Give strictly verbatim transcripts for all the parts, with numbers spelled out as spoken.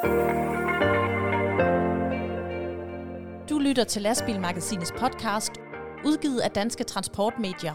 Du lytter til Lastbilmagasinets podcast, udgivet af Danske Transportmedier.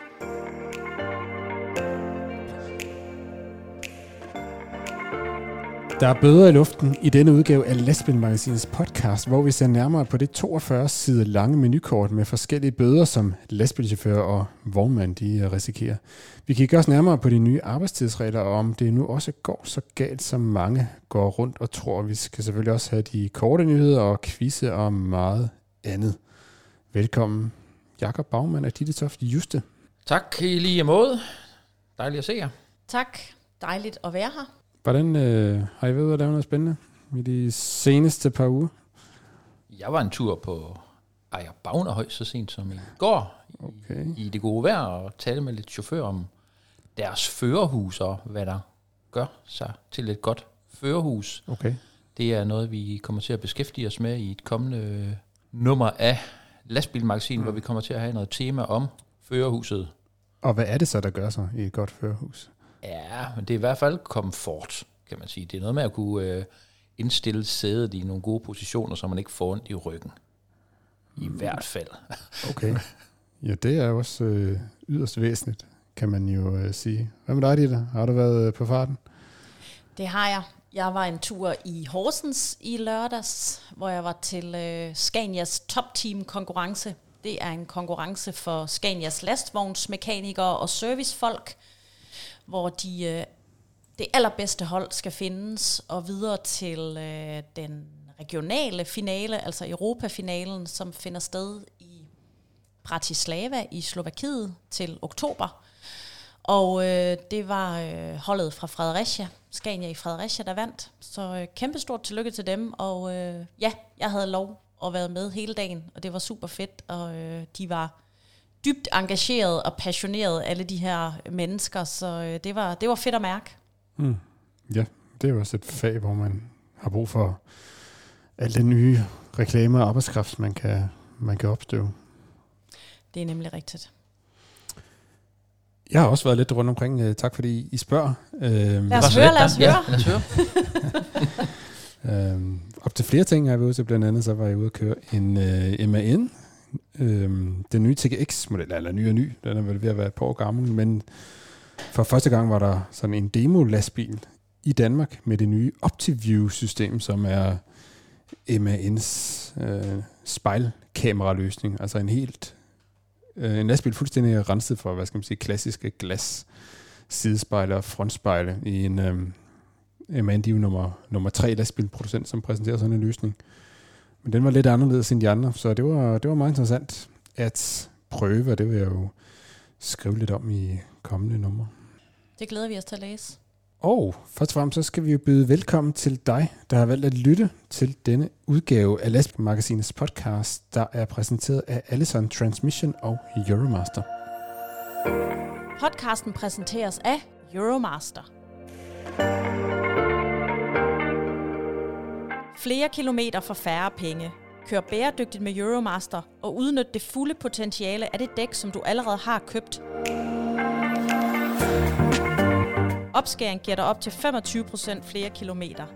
Der er bøder i luften i denne udgave af Lastbilmagasinets podcast, hvor vi ser nærmere på det toogfyrre sider lange menukort med forskellige bøder, som lastbilchauffører og vognmænd de risikerer. Vi kigger også nærmere på de nye arbejdstidsregler, og om det nu også går så galt, som mange går rundt og tror. Vi skal selvfølgelig også have de korte nyheder og quizze og meget andet. Velkommen, Jakob Baumann og Ditte Toft Juste. Tak i lige måde. Dejligt at se jer. Tak. Dejligt at være her. Hvordan øh, har I været ude at lave noget spændende i de seneste par uger? Jeg var en tur på Ejer Bavnerhøj så sent som i går okay. i, i det gode vejr og talte med lidt chauffører om deres førerhus og hvad der gør sig til et godt førerhus. Okay. Det er noget, vi kommer til at beskæftige os med i et kommende nummer af Lastbilmagasinet, mm. hvor vi kommer til at have noget tema om førerhuset. Og hvad er det så, der gør sig i et godt førerhus? Ja, men det er i hvert fald komfort, kan man sige. Det er noget med at kunne øh, indstille sædet i nogle gode positioner, så man ikke får ondt i ryggen. I mm. hvert fald. Okay. Ja, det er også øh, yderst væsentligt, kan man jo øh, sige. Hvad med dig, Ditte? Har du været øh, på farten? Det har jeg. Jeg var en tur i Horsens i lørdags, hvor jeg var til øh, Scanias Top Team konkurrence. Det er en konkurrence for Scanias lastvognsmekanikere og servicefolk, hvor de, øh, det allerbedste hold skal findes, og videre til øh, den regionale finale, altså Europafinalen, som finder sted i Bratislava i Slovakiet til oktober. Og øh, det var øh, holdet fra Fredericia, Scania i Fredericia, der vandt. Så øh, kæmpestort tillykke til dem, og øh, ja, jeg havde lov at være med hele dagen, og det var super fedt, og øh, de var dybt engageret og passioneret, alle de her mennesker, så øh, det var det var fedt at mærke. Mm. Ja, det er jo også et fag, hvor man har brug for al den nye reklame og arbejdskraft, man kan, man kan opstøve. Det er nemlig rigtigt. Jeg har også været lidt rundt omkring. Uh, tak fordi I spørger. Uh, lad os høre, lad os høre. Ja, lad os høre. uh, op til flere ting har jeg været ude til. Blandt andet så var jeg ude at køre en uh, M A N. Øhm, den nye T G X-model, eller ny og ny, den er vel ved at være et par år gammel, men for første gang var der sådan en demo-lastbil i Danmark med det nye OptiView-system, som er M A N's øh, spejlkamera-løsning, altså en helt øh, en lastbil fuldstændig renset for, hvad skal man sige, klassiske glas, sidespejle og frontspejle i en øh, M A N, de er jo nummer, nummer tre lastbilproducent, som præsenterer sådan en løsning. Men den var lidt anderledes end de andre, så det var, det var meget interessant at prøve, og det vil jeg jo skrive lidt om i kommende nummer. Det glæder vi os til at læse. Og først og fremmest så skal vi jo byde velkommen til dig, der har valgt at lytte til denne udgave af Lastbilmagasinets podcast, der er præsenteret af Allison Transmission og Euromaster. Podcasten præsenteres af Euromaster. Flere kilometer for færre penge. Kør bæredygtigt med Euromaster og udnyt det fulde potentiale af det dæk, som du allerede har købt. Opskæring giver dig op til femogtyve procent flere kilometer.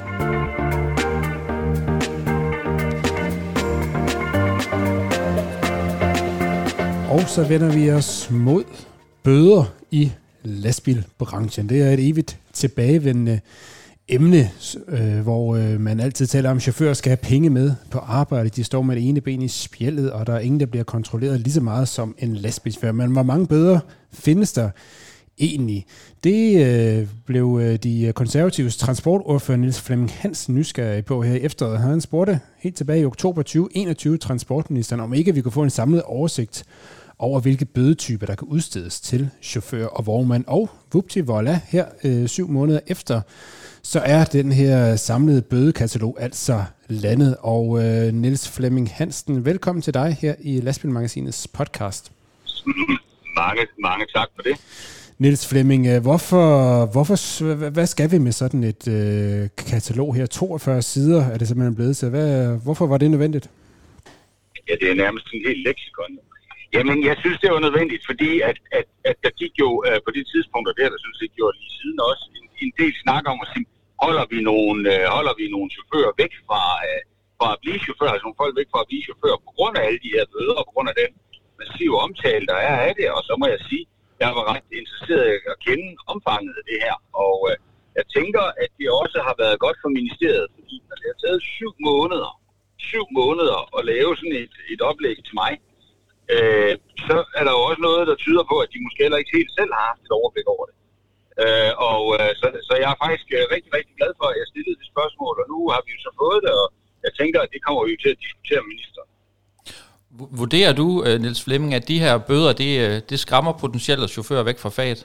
Og så vender vi os mod bøder i lastbilbranchen. Det er et evigt tilbagevendende emne, øh, hvor øh, man altid taler om, at chauffører skal have penge med på arbejde. De står med det ene ben i spjældet, og der er ingen, der bliver kontrolleret lige så meget som en lastbilchauffør. Men hvor mange bøder findes der egentlig? Det øh, blev øh, de konservatives transportordfører Niels Flemming Hansen nysgerrig på her i efteråret. Han spurgte helt tilbage i oktober tyve enogtyve transportministeren, om ikke vi kunne få en samlet oversigt over hvilke bødetyper, der kan udstedes til chauffører og vognmand. Og vupti voila, her øh, syv måneder efter, så er den her samlede bødekatalog altså landet. Og øh, Niels Flemming Hansen, velkommen til dig her i Lastbilmagasinets podcast. Mange, mange tak for det. Niels Flemming, hvorfor, hvorfor, hvad skal vi med sådan et øh, katalog her? toogfyrre sider er det simpelthen blevet til. Hvad, hvorfor var det nødvendigt? Ja, det er nærmest en helt leksikon. Jamen, jeg synes, det var nødvendigt, fordi at, at, at der gik jo øh, på det tidspunkt, og det har der synes jeg gjort lige siden også, en, en del snak om at sige, holder vi nogle, øh, holder vi nogle chauffører væk fra, øh, fra at blive chauffører, altså nogle folk væk fra at blive chauffører på grund af alle de her bøder, og på grund af den massive omtale, der er af det. Og så må jeg sige, jeg var ret interesseret i at kende omfanget af det her. Og øh, jeg tænker, at det også har været godt for ministeriet, fordi når det har taget syv måneder, syv måneder at lave sådan et, et oplæg til mig, øh, så er der jo også noget, der tyder på, at de måske heller ikke helt selv har haft et overblik over det. Øh, og øh, så, så jeg er faktisk rigtig, rigtig glad for, at jeg stillede det spørgsmål, og nu har vi jo så fået det, og jeg tænker, at det kommer vi jo til at diskutere med ministeren. Vurderer du, Niels Flemming, at de her bøder, det, det skræmmer potentielle chauffører væk fra faget?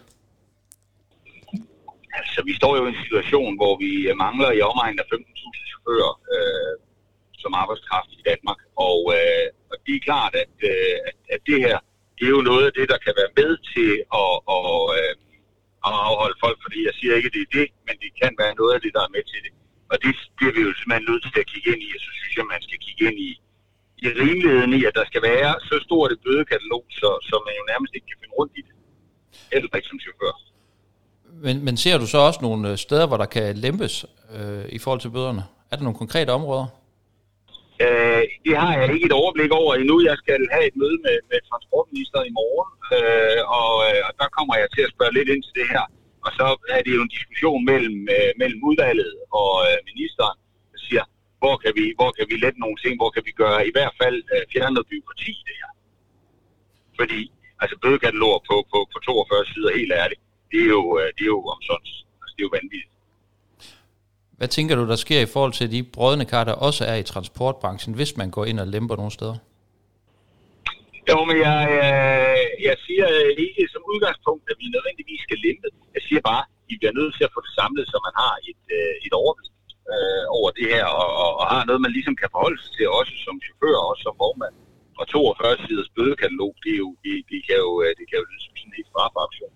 Altså, vi står jo i en situation, hvor vi mangler i omegnen af femten tusind chauffører øh, som arbejdskraft i Danmark, og, øh, og det er klart, at, øh, at, at det her, det er jo noget af det, der kan være med til at, og, øh, at afholde folk, fordi jeg siger ikke, at det er det, men det kan være noget af det, der er med til det. Og det bliver vi jo simpelthen nødt til at kigge ind i, og så synes jeg, man skal kigge ind i, i rimeligheden i, at der skal være så stort et bødekatalog, så, så man jo nærmest ikke kan finde rundt i det. Eller ikke som chauffør. Men, men ser du så også nogle steder, hvor der kan lempes øh, i forhold til bøderne? Er der nogle konkrete områder? Øh, det har jeg ikke et overblik over endnu. Jeg skal have et møde med, med transportministeren i morgen, øh, og, og der kommer jeg til at spørge lidt ind til det her. Og så er det jo en diskussion mellem, øh, mellem udvalget og øh, ministeren, der siger, hvor kan, vi, hvor kan vi lette nogle ting, hvor kan vi gøre i hvert fald øh, fjerne noget bureaukrati i det her. Fordi altså bødekataloger på, på, på toogfyrre sider, helt ærligt, det er jo, øh, det er jo omsonst. Altså, det er jo vanvittigt. Hvad tænker du, der sker i forhold til de brodne kar, der også er i transportbranchen, hvis man går ind og lemper nogle steder? Jo, men jeg, øh, jeg siger ikke som udgangspunkt, at vi nødvendigvis skal lempe. Jeg siger bare, at vi bliver nødt til at få det samlet, så man har et, øh, et overblik øh, over det her, og, og, og har noget, man ligesom kan forholde sig til, også som chauffør, og også som vognmand. Og toogfyrre siders bødekatalog, det, er jo, det, det kan jo det kan jo lyde som sådan en strafaktion.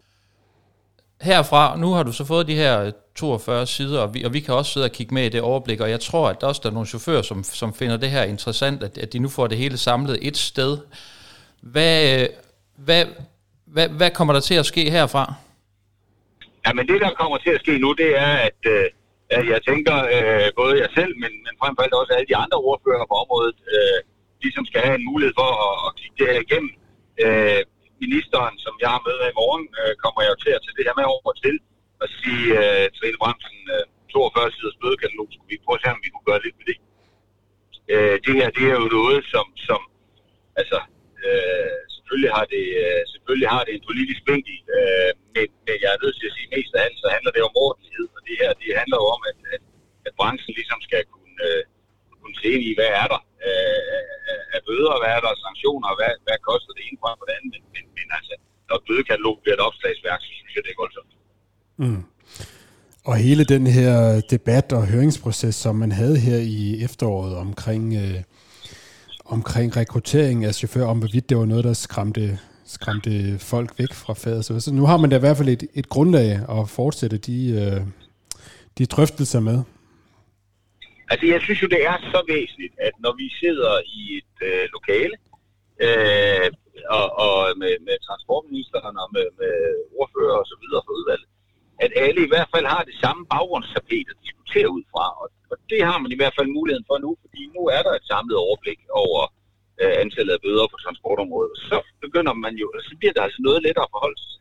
Herfra, nu har du så fået de her toogfyrre sider, og vi, og vi kan også sidde og kigge med i det overblik, og jeg tror, at der også der er nogle chauffører, som, som finder det her interessant, at, at de nu får det hele samlet et sted. Hvad, hvad, hvad, hvad kommer der til at ske herfra? Ja, men det, der kommer til at ske nu, det er, at, at jeg tænker, både jeg selv, men, men frem for alt også alle de andre ordfører på området, ligesom skal have en mulighed for at, at kigge det her igennem. Ministeren, som jeg har med i morgen, øh, kommer jeg jo til at tage det her med over til og sige øh, Trine Bramsen, øh, toogfyrre siders bødekatalog, skulle vi prøve at se, om vi kunne gøre lidt med det. Øh, det her, det er jo noget, som, som altså, øh, selvfølgelig, har det, øh, selvfølgelig har det en politisk vinkel, øh, men, men jeg er nødt til at sige mest af alt, så handler det om ordentlighed, og det her, det handler jo om, at, at, at branchen ligesom skal kunne, øh, kunne se ind i, hvad er der af bøder, hvad er der af sanktioner, og hvad, hvad koster det ene frem på det andet, men, men, men altså, når et bødekatalog bliver et opslagsværk, så synes jeg, det er voldsomt. Mm. Og hele den her debat og høringsproces, som man havde her i efteråret omkring, øh, omkring rekruttering af chauffører, om hvorvidt det var noget, der skræmte, skræmte folk væk fra faget. Så, så nu har man da i hvert fald et, et grundlag at fortsætte de, øh, de drøftelser med. Altså, jeg synes jo, det er så væsentligt, at når vi sidder i et øh, lokale, øh, og, og med, med transportministeren og med, med ordfører og så videre for udvalget, at alle i hvert fald har det samme baggrundstapet at diskutere ud fra. Og, og det har man i hvert fald muligheden for nu, fordi nu er der et samlet overblik over øh, antallet af bøder på transportområdet. Så begynder man jo, så bliver der altså noget lettere at forholde sig.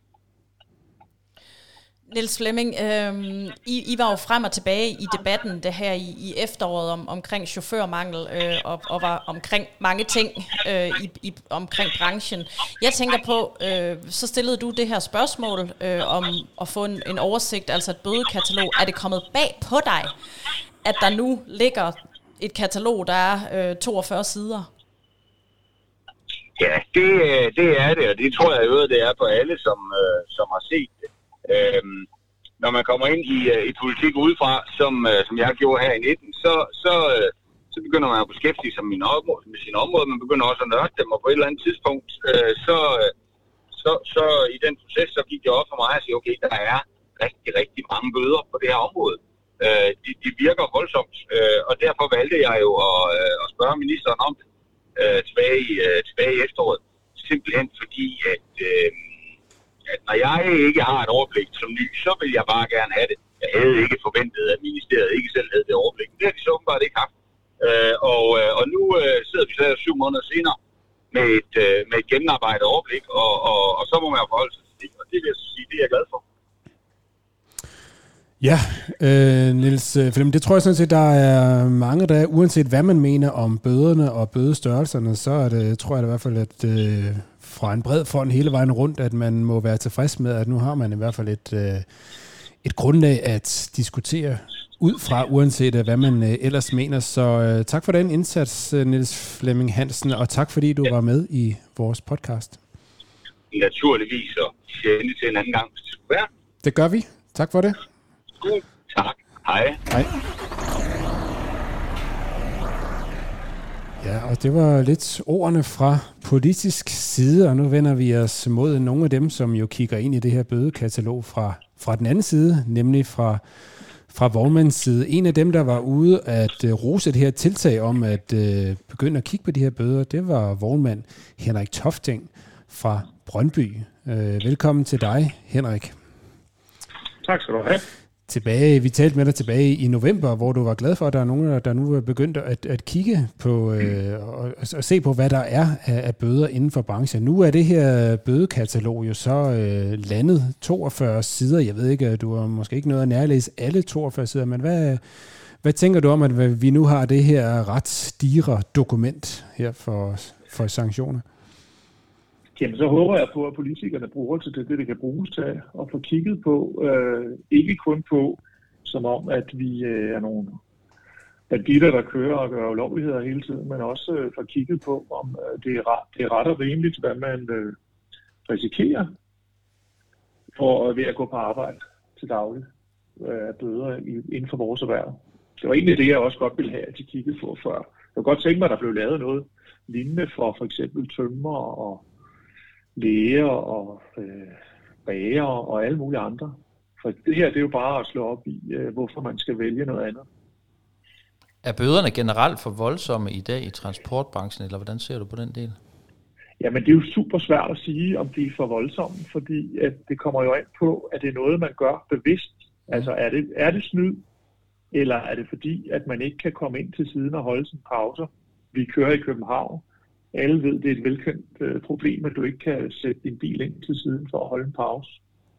Niels Flemming, øh, I, I var jo frem og tilbage i debatten det her i, i efteråret om, omkring chaufførmangel øh, og, og var omkring mange ting øh, i, i, omkring branchen. Jeg tænker på, øh, så stillede du det her spørgsmål øh, om at få en, en oversigt, altså et bødekatalog. Er det kommet bag på dig, at der nu ligger et katalog, der er øh, toogfyrre sider? Ja, det, det er det, og det tror jeg jo, det er på alle, som, øh, som har set det. Øhm, når man kommer ind i, uh, i politik udefra, som, uh, som jeg gjorde her i nitten, så, så, uh, så begynder man at beskæftige sig med, område, med sine områder, man begynder også at nørde dem, og på et eller andet tidspunkt, uh, så, uh, så, så i den proces, så gik det op for mig at sige, okay, der er rigtig, rigtig mange bøder på det her område. Uh, de, de virker voldsomt, uh, og derfor valgte jeg jo at, uh, at spørge ministeren om det uh, tilbage, i, uh, tilbage i efteråret, simpelthen fordi, at uh, at når jeg ikke har et overblik som ny, så vil jeg bare gerne have det. jeg havde ikke forventet, at ministeriet ikke selv havde det overblik. Det har de så åbenbart ikke haft. Øh, og, øh, og nu øh, sidder vi så her syv måneder senere med et, øh, med et gennemarbejdet overblik, og, og, og så må man jo forholde sig til det. Og det vil jeg så sige, det er jeg glad for. Ja, øh, Niels Flemming, det tror jeg sådan set, der er mange, der uanset hvad man mener om bøderne og bødestørrelserne, så er det, tror jeg i hvert fald, at øh, fra en bred front hele vejen rundt, at man må være tilfreds med, at nu har man i hvert fald et, øh, et grundlag at diskutere ud fra, uanset hvad man øh, ellers mener. Så øh, tak for den indsats, Niels Flemming Hansen, og tak fordi du var med i vores podcast. Naturligvis, og sjældent til en anden gang, hvis det skulle være. Det gør vi. Tak for det. God, tak. Hej. Hej. Ja, og det var lidt ordene fra politisk side, og nu vender vi os mod nogle af dem, som jo kigger ind i det her bødekatalog fra, fra den anden side, nemlig fra, fra vognmandens side. En af dem, der var ude at uh, rose det her tiltag om at uh, begynde at kigge på de her bøder, det var vognmand Henrik Tofting fra Brøndby. Uh, velkommen til dig, Henrik. Tak skal du have. Tilbage, vi talte med dig tilbage i november, hvor du var glad for, at der er nogen, der nu er begyndt at, at kigge på øh, og, og se på, hvad der er af, af bøder inden for branchen. Nu er det her bødekatalog jo så øh, landet toogfyrre sider. Jeg ved ikke, du har måske ikke noget at nærlæse alle toogfyrre sider, men hvad, hvad tænker du om, at vi nu har det her ret digre dokument her for, for sanktioner? Jamen, så håber jeg på, at politikerne bruger til det, det, det kan bruges til, og få kigget på, øh, ikke kun på, som om, at vi øh, er nogle banditter, der kører og gør ulovligheder hele tiden, men også øh, få kigget på, om øh, det, er ret, det er ret og rimeligt, hvad man øh, risikerer for ved at gå på arbejde til daglig af øh, bøder inden for vores erhverv. Det var egentlig det, jeg også godt ville have, at de kiggede på før. Jeg kunne godt tænke mig, at der blev lavet noget lignende for for eksempel tømrer og læger og øh, bager og alle mulige andre. For det her, det er jo bare at slå op i, øh, hvorfor man skal vælge noget andet. Er bøderne generelt for voldsomme i dag i transportbranchen, eller hvordan ser du på den del? Jamen, det er jo super svært at sige, om de er for voldsomme, fordi at det kommer jo an på, at det er noget, man gør bevidst. Altså, er det, er det snyd, eller er det fordi, at man ikke kan komme ind til siden og holde sin pauser? Vi kører i København. Alle ved, det er et velkendt øh, problem, at du ikke kan sætte din bil ind til siden for at holde en pause.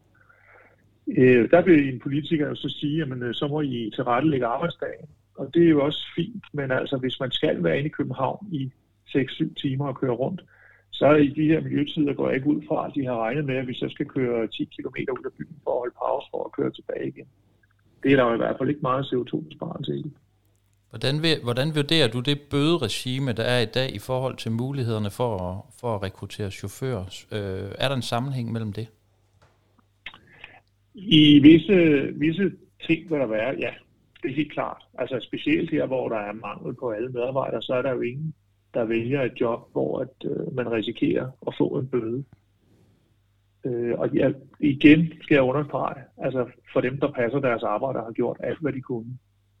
Øh, der vil en politiker jo så sige, at øh, så må I tilrettelægge arbejdsdagen. Og det er jo også fint, men altså hvis man skal være inde i København i seks syv timer og køre rundt, så i de her miljøtider går jeg ikke ud fra, at de har regnet med, at vi så skal køre ti kilometer ud af byen for at holde pause for at køre tilbage igen. Det er der jo i hvert fald ikke meget C O to besparelse i. Hvordan, hvordan vurderer du det bøderegime, der er i dag i forhold til mulighederne for at, for at rekruttere chauffører? Øh, er der en sammenhæng mellem det? I visse, visse ting vil der være, ja, det er helt klart. Altså specielt her, hvor der er mangel på alle medarbejdere, så er der jo ingen, der vælger et job, hvor at, øh, man risikerer at få en bøde. Øh, og ja, igen skal jeg understrege, altså for dem, der passer deres arbejde, har gjort alt, hvad de kunne.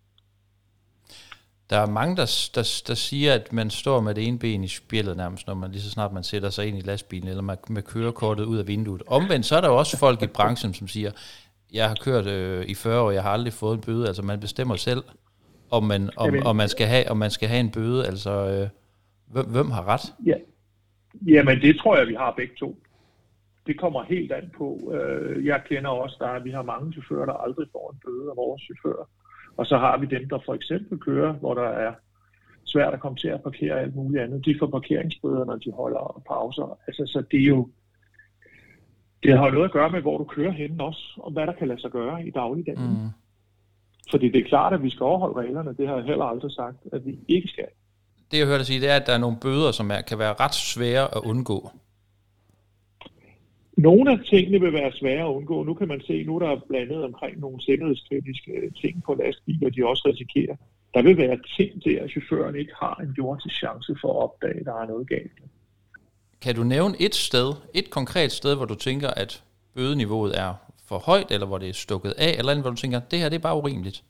Der er mange, der, der, der siger, at man står med det ene ben i spjældet nærmest, når man lige så snart man sætter sig ind i lastbilen, eller med, med kørekortet ud af vinduet. Omvendt, så er der jo også folk i branchen, som siger, jeg har kørt øh, i fyrre år, jeg har aldrig fået en bøde. Altså man bestemmer selv, om man, om, om man, skal, have, om man skal have en bøde. Altså, øh, hvem, hvem har ret? Ja. Jamen det tror jeg, vi har begge to. Det kommer helt an på. Jeg kender også, der vi har mange chauffører, der aldrig får en bøde af vores chauffører. Og så har vi dem, der for eksempel kører, hvor der er svært at komme til at parkere alt muligt andet. De får parkeringsbøder, når de holder pauser. Altså, så det er jo, det har jo noget at gøre med, hvor du kører henne også, og hvad der kan lade sig gøre i dagligdagen. Mm. Fordi det er klart, at vi skal overholde reglerne. Det har jeg heller aldrig sagt, at vi ikke skal. Det jeg hører dig sige, det er, at der er nogle bøder, som er, kan være ret svære at undgå. Nogle af tingene vil være svære at undgå. Nu kan man se, nu der er blandet omkring nogle sikkerhedskritiske ting på lastbiler, de også risikerer. Der vil være ting der, at chaufføren ikke har en jordisk chance for at opdage, at der er noget galt. Kan du nævne et sted, et konkret sted, hvor du tænker, at bødeniveauet er for højt, eller hvor det er stukket af, eller hvor du tænker, at det her det er bare urimeligt?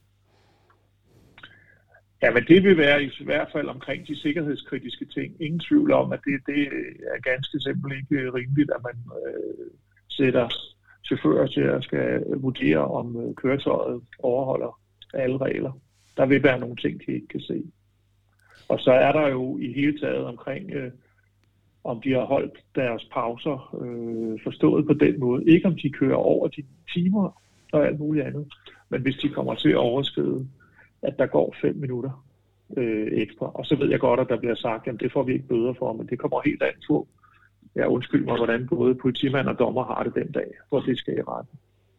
Ja, men det vil være i hvert fald omkring de sikkerhedskritiske ting. Ingen tvivl om, at det, det er ganske simpelt ikke rimeligt, at man øh, sætter chauffører til at skal vurdere, om køretøjet overholder alle regler. Der vil være nogle ting, de ikke kan se. Og så er der jo i hele taget omkring, øh, om de har holdt deres pauser øh, forstået på den måde. Ikke om de kører over de timer og alt muligt andet, men hvis de kommer til at overskride, at der går fem minutter øh, ekstra. Og så ved jeg godt, at der bliver sagt, at det får vi ikke bøder for, men det kommer helt an på. Jeg undskylder mig, hvordan både politimand og dommer har det den dag, hvor det skal i retten.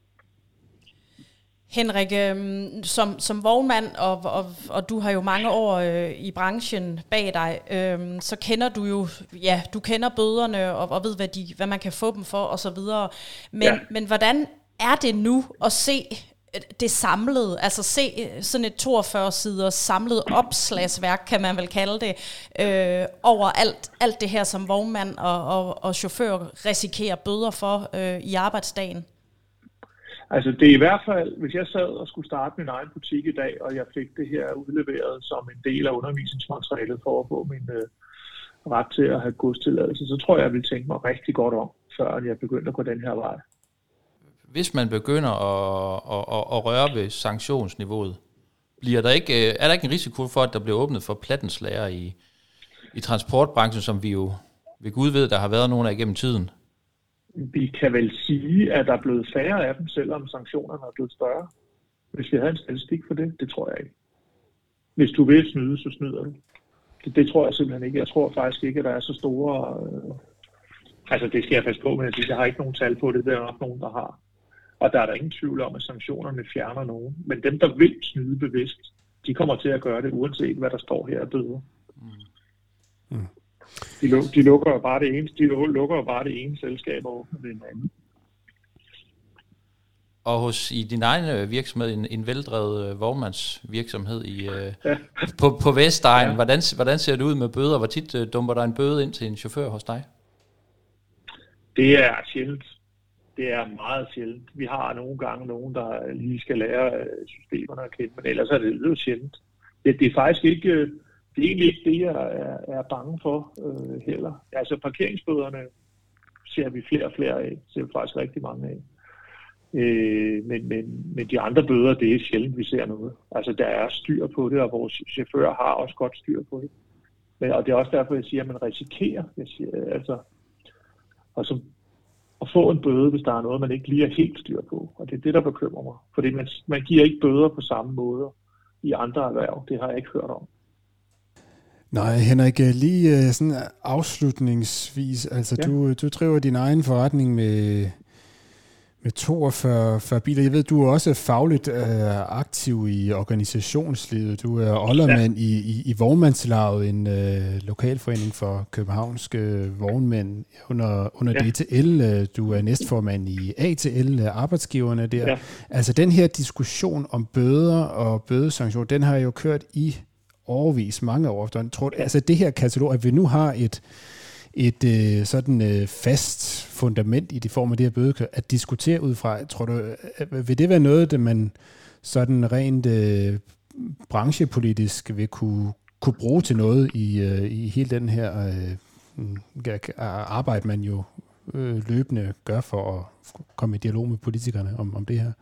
Henrik, øh, som, som vognmand, og, og, og du har jo mange år øh, i branchen bag dig, øh, så kender du jo, ja, du kender bøderne og, og ved, hvad, de, hvad man kan få dem for osv. Men, ja. men hvordan er det nu at se det samlede, altså se sådan et toogfyrre siders samlet opslagsværk, kan man vel kalde det, øh, over alt, alt det her, som vognmand og, og, og chauffør risikerer bøder for øh, i arbejdsdagen? Altså det er i hvert fald, hvis jeg sad og skulle starte min egen butik i dag, og jeg fik det her udleveret som en del af undervisningsmaterialet for at få min øh, ret til at have godstilladelse, så tror jeg, jeg ville tænke mig rigtig godt om, før jeg begyndte at gå den her vej. Hvis man begynder at, at, at, at røre ved sanktionsniveauet, bliver der ikke, er der ikke en risiko for, at der bliver åbnet for plattenslager i, i transportbranchen, som vi jo ved Gud ved, der har været nogle af igennem tiden? Vi kan vel sige, at der er blevet færre af dem, selvom sanktionerne er blevet større. Hvis vi havde en statistik for det, det tror jeg ikke. Hvis du vil snyde, så snyder du. Det, det tror jeg simpelthen ikke. Jeg tror faktisk ikke, at der er så store... Øh... Altså det skal jeg passe på med at sige. Jeg har ikke nogen tal på det, der er nok nogen, der har. Og der er der ingen tvivl om, at sanktionerne fjerner nogen. Men dem, der vil snyde bevidst, de kommer til at gøre det, uanset hvad der står her af bøder. Mm. Mm. De, luk, de lukker jo bare det ene, de lukker jo bare det ene selskab og åbner det en anden. Og hos i din egen virksomhed, en, en veldrevet vognmandsvirksomhed i, ja. på, på Vestegn, ja. hvordan, hvordan ser det ud med bøder? Hvor tit uh, dumper der en bøde ind til en chauffør hos dig? Det er sjældent. Det er meget sjældent. Vi har nogle gange nogen, der lige skal lære systemerne at kende, men ellers er det lidt sjældent. Det, det er faktisk ikke, det er egentlig ikke det, jeg er, er bange for øh, heller. Altså parkeringsbøderne ser vi flere og flere af, ser vi faktisk rigtig mange af. Øh, men, men, men de andre bøder, det er sjældent, vi ser noget. Altså der er styr på det, og vores chauffører har også godt styr på det. Men, og det er også derfor, jeg siger, at man risikerer, jeg siger, altså, og så at få en bøde, hvis der er noget, man ikke lige er helt styr på. Og det er det, der bekymrer mig. Fordi man, man giver ikke bøder på samme måde i andre erhverv. Det har jeg ikke hørt om. Nej, Henrik, lige sådan afslutningsvis. Altså, ja. du, du driver din egen forretning med, med toogfyrre biler. Jeg ved, du er også fagligt øh, aktiv i organisationslivet. Du er oldermand ja. i, i, i Vognmandslaget, en øh, lokalforening for københavnske vognmænd under, under ja. D T L. Du er næstformand i A T L, arbejdsgiverne der. Ja. Altså den her diskussion om bøder og bødesanktioner, den har jo kørt i overvis mange år. Tror, ja. Altså det her katalog, at vi nu har et et øh, sådan øh, fast fundament i det form af det her bøde, at diskutere ud fra, tror du, øh, vil det være noget, det man sådan rent øh, branchepolitisk vil kunne, kunne bruge til noget i, øh, i hele den her øh, arbejde, man jo øh, løbende gør for at komme i dialog med politikerne om, om det her?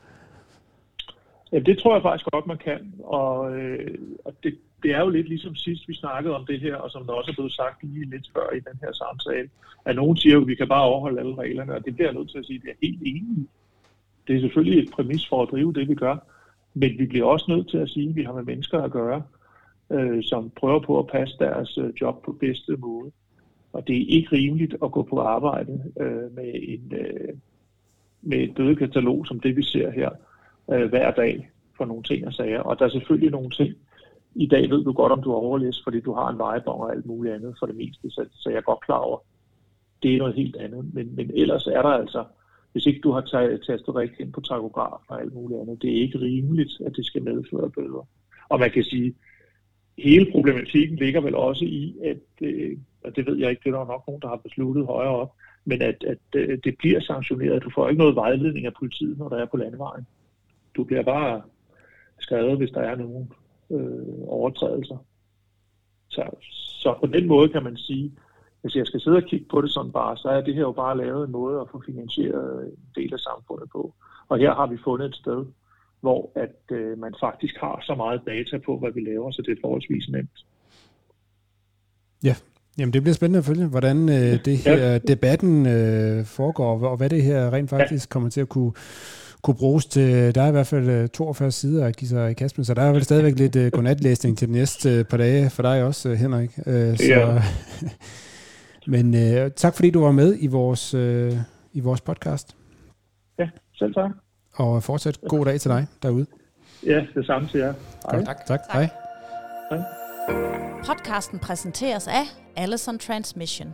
Ja, det tror jeg faktisk godt, man kan, og, øh, og det Det er jo lidt ligesom sidst, vi snakkede om det her, og som der også er blevet sagt lige lidt før i den her samtale, at nogen siger jo, at vi kan bare overholde alle reglerne, og det bliver jeg nødt til at sige, at det er helt enig. Det er selvfølgelig et præmis for at drive det, vi gør, men vi bliver også nødt til at sige, at vi har med mennesker at gøre, øh, som prøver på at passe deres øh, job på bedste måde. Og det er ikke rimeligt at gå på arbejde øh, med, en, øh, med et bødekatalog, som det vi ser her, øh, hver dag for nogle ting og sager. Og der er selvfølgelig nogle ting. I dag ved du godt, om du har overlæst, fordi du har en vejebong og alt muligt andet for det meste, så, så jeg er godt klar over, det er noget helt andet. Men, men ellers er der altså, hvis ikke du har taget, tastet rigtigt ind på takograf og alt muligt andet, det er ikke rimeligt, at det skal medføre bøder. Og man kan sige, hele problematikken ligger vel også i, at, øh, og det ved jeg ikke, det er der nok nogen, der har besluttet højere op, men at, at øh, det bliver sanktioneret. Du får ikke noget vejledning af politiet, når der er på landevejen. Du bliver bare skrevet, hvis der er nogen Øh, overtrædelser. Så, så på den måde kan man sige, hvis jeg skal sidde og kigge på det sådan bare, så er det her jo bare lavet en måde at få finansieret en del af samfundet på. Og her har vi fundet et sted, hvor at øh, man faktisk har så meget data på, hvad vi laver, så det er forholdsvis nemt. Ja, jamen det bliver spændende at følge, hvordan øh, det her ja. debatten øh, foregår, og hvad det her rent faktisk ja. kommer til at kunne, kunne bruges til. Der er i hvert fald toogfyrre sider at give sig i kast med, så der er vel stadigvæk lidt øh, godnatlæsning til de næste øh, par dage for dig også, Henrik. Øh, så, ja. Men øh, tak fordi du var med i vores, øh, i vores podcast. Ja, selv tak. Og fortsat god dag til dig derude. Ja, det samme til jer. Godt. Tak. tak. Hej. Hej. Podcasten præsenteres af Allison Transmission.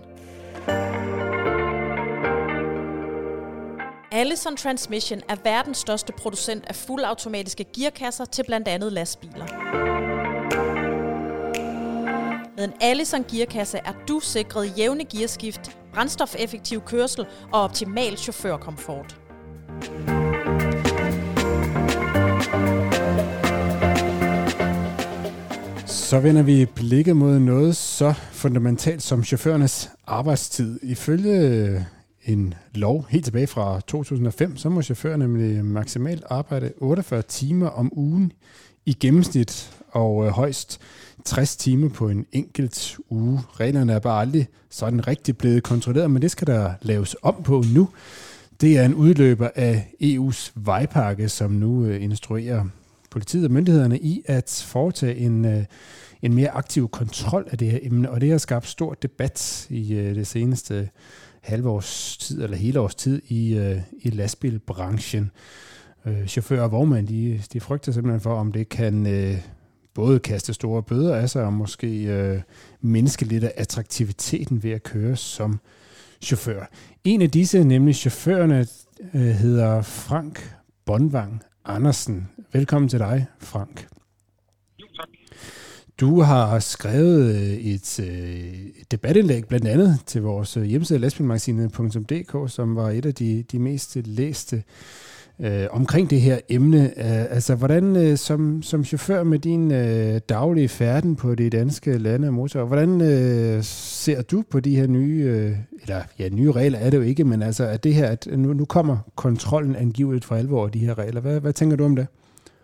Allison Transmission er verdens største producent af fuldautomatiske gearkasser til blandt andet lastbiler. Med en Allison gearkasse er du sikret jævne gearskift, brændstofeffektiv kørsel og optimal chaufførkomfort. Så vender vi blikket mod noget så fundamentalt som chaufførernes arbejdstid. Ifølge en lov helt tilbage fra to tusind og fem, så må chauffører nemlig maksimalt arbejde otteogfyrre timer om ugen i gennemsnit, og højst tres timer på en enkelt uge. Reglerne er bare aldrig sådan rigtig blevet kontrolleret, men det skal der laves om på nu. Det er en udløber af E U's vejpakke, som nu instruerer politiet og myndighederne i at foretage en, en mere aktiv kontrol af det her emne, og det har skabt stor debat i det seneste halve års tid, eller hele års tid i, i lastbilbranchen. Chauffører og vognmænd, de, de frygter simpelthen for, om det kan øh, både kaste store bøder af sig, og måske øh, mindske lidt af attraktiviteten ved at køre som chauffør. En af disse, nemlig chaufførerne, øh, hedder Frank Bonvang Andersen. Velkommen til dig, Frank. Jo, tak. Du har skrevet et øh, debatindlæg blandt andet til vores hjemmeside lastbilmagasinet punktum d k, som var et af de, de mest læste øh, omkring det her emne. Uh, altså, hvordan øh, som, som chauffør med din øh, daglige færden på de danske lande og motorer, hvordan øh, ser du på de her nye, øh, eller ja, nye regler er det jo ikke, men altså, at det her, at nu, nu kommer kontrollen angiveligt for alvor af de her regler. Hvad, hvad tænker du om det?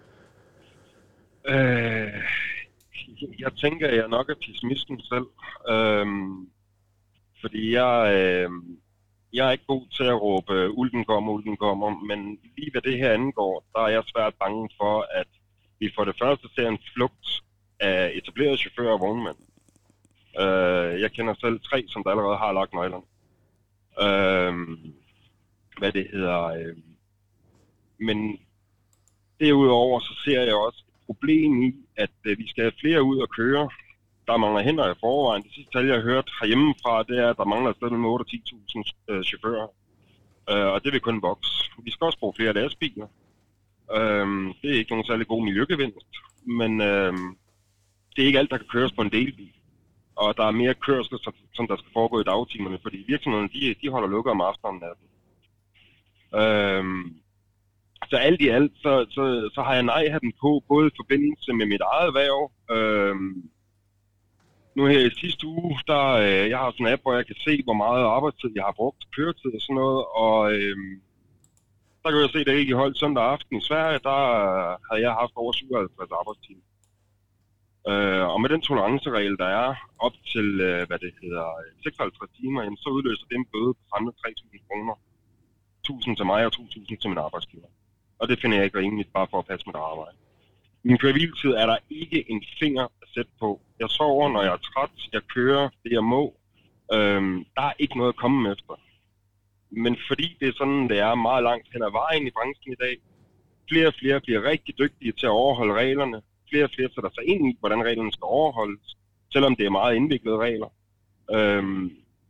Øh... Jeg tænker, at jeg nok er pessimisten selv, øhm, fordi jeg, øh, jeg er ikke god til at råbe, ulden kommer, ulden kommer, men lige hvad det her angår, der er jeg svært bange for, at vi for det første ser en flugt af etablerede chauffører og vognmænd. Øh, jeg kender selv tre, som der allerede har lagt nøglerne. Øh, hvad det hedder. Øh, men derudover så ser jeg også problem i, at øh, vi skal have flere ud og køre. Der mangler hænder i forvejen. Det sidste tal, jeg har hørt herhjemmefra, det er, at der mangler et sted mellem otte og ti tusind øh, chauffører. Øh, og det vil kun vokse. Vi skal også bruge flere lastbiler. Øh, det er ikke nogen særlig god miljøgevinst, men øh, det er ikke alt, der kan køres på en delbil. Og der er mere kørsel, som, som der skal foregå i dagtimerne, fordi virksomhederne, de, de holder lukket om aftenen og natten. Øh, Så alt i alt, så, så, så har jeg nej-hatten på, både i forbindelse med mit eget værv. Øhm, nu her i sidste uge, der øh, jeg har sådan en app, hvor jeg kan se, hvor meget arbejdstid jeg har brugt, køretid og sådan noget. Og øhm, der kan jeg se, at det ikke holdt søndag aften i Sverige, der havde jeg haft over syvoghalvtreds arbejdstimer. Øh, og med den toleranceregel, der er op til, øh, hvad det hedder, seksoghalvtreds timer, jamen, så udløser det en bøde på samlet tre tusind kroner. tusind til mig og to tusind til min arbejdsgiver. Og det finder jeg ikke rimeligt, bare for at passe mit arbejde. Min køre-hvile-tid er der ikke en finger at sætte på. Jeg sover, når jeg er træt. Jeg kører det, jeg må. Øhm, der er ikke noget at komme efter. Men fordi det er sådan, det er meget langt hen ad vejen i branchen i dag, flere og flere bliver rigtig dygtige til at overholde reglerne. Flere og flere sætter sig ind i, hvordan reglerne skal overholdes, selvom det er meget indviklede regler. Øhm,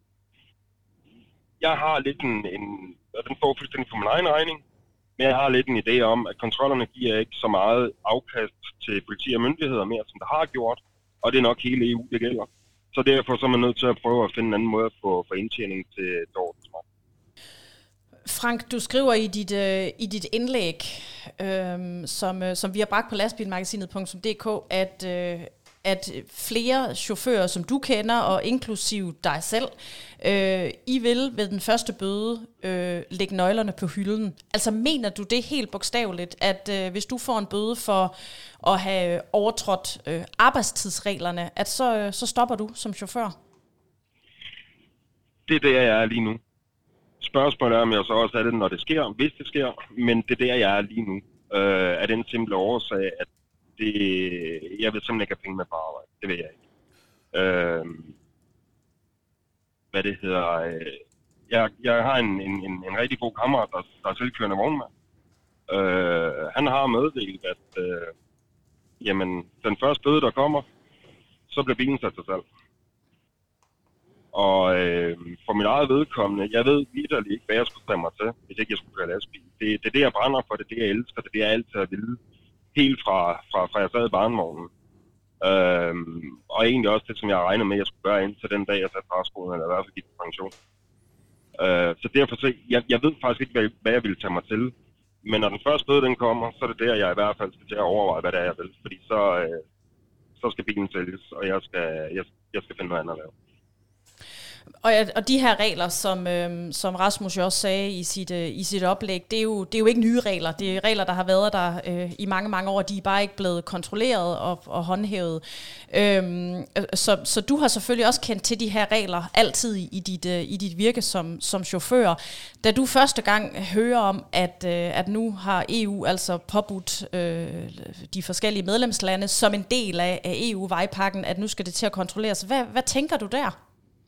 jeg har lidt en, en den får fuldstændig for min egen regning, men jeg har lidt en idé om, at kontrollerne giver ikke så meget afkast til politi og myndigheder mere, som der har gjort, og det er nok hele E U, det gælder. Så derfor så er man nødt til at prøve at finde en anden måde at få for indtjening til ordensmagt. Frank, du skriver i dit, øh, i dit indlæg, øh, som, øh, som vi har bragt på lastbilmagasinet punktum d k, at, øh, at flere chauffører, som du kender, og inklusiv dig selv, øh, I vil ved den første bøde øh, lægge nøglerne på hylden. Altså mener du det helt bogstaveligt, at øh, hvis du får en bøde for at have overtrådt øh, arbejdstidsreglerne, at så, øh, så stopper du som chauffør? Det er det, jeg er lige nu. Spørgsmålet er, om jeg så også er det, når det sker, hvis det sker, men det er der, jeg er lige nu. Øh, af den simple årsag, at det, jeg vil simpelthen ikke have penge med på arbejde. Det vil jeg ikke. Øh, hvad det hedder... Øh, jeg, jeg har en, en, en, en rigtig god kammerat, der, der er selvkørende vognmand. Øh, han har meddelt, at øh, jamen, den første bøde, der kommer, så bliver bilen sat til salg. Og øh, for mit eget vedkommende, jeg ved vitterligt ikke, hvad jeg skulle tage mig til, hvis ikke jeg skulle køre lastbil. Det, det er det, jeg brænder for, det er det, jeg elsker, det er det, jeg altid har ville. Helt fra, fra, fra jeg sad i barnevognen. Øh, og egentlig også det, som jeg regnede med, at jeg skulle gøre indtil den dag, jeg satte træskolen, eller i hvert fald gik på pension. Øh, så derfor, så, jeg, jeg ved faktisk ikke, hvad, hvad jeg ville tage mig til. Men når den første bøde, den kommer, så er det der, jeg i hvert fald skal til at overveje, hvad det er, jeg vil. Fordi så, øh, så skal bilen sælges, og jeg skal, jeg, jeg skal finde noget andet at lave. Og, og de her regler, som, øhm, som Rasmus jo også sagde i sit, øh, i sit oplæg, det er, jo, det er jo ikke nye regler. Det er regler, der har været der øh, i mange, mange år. De er bare ikke blevet kontrolleret og, og håndhævet. Øhm, så, så du har selvfølgelig også kendt til de her regler altid i, i, dit, øh, i dit virke som, som chauffør. Da du første gang hører om, at, øh, at nu har E U altså påbudt øh, de forskellige medlemslande som en del af, af E U-vejpakken, at nu skal det til at kontrolleres. Hvad, hvad tænker du der?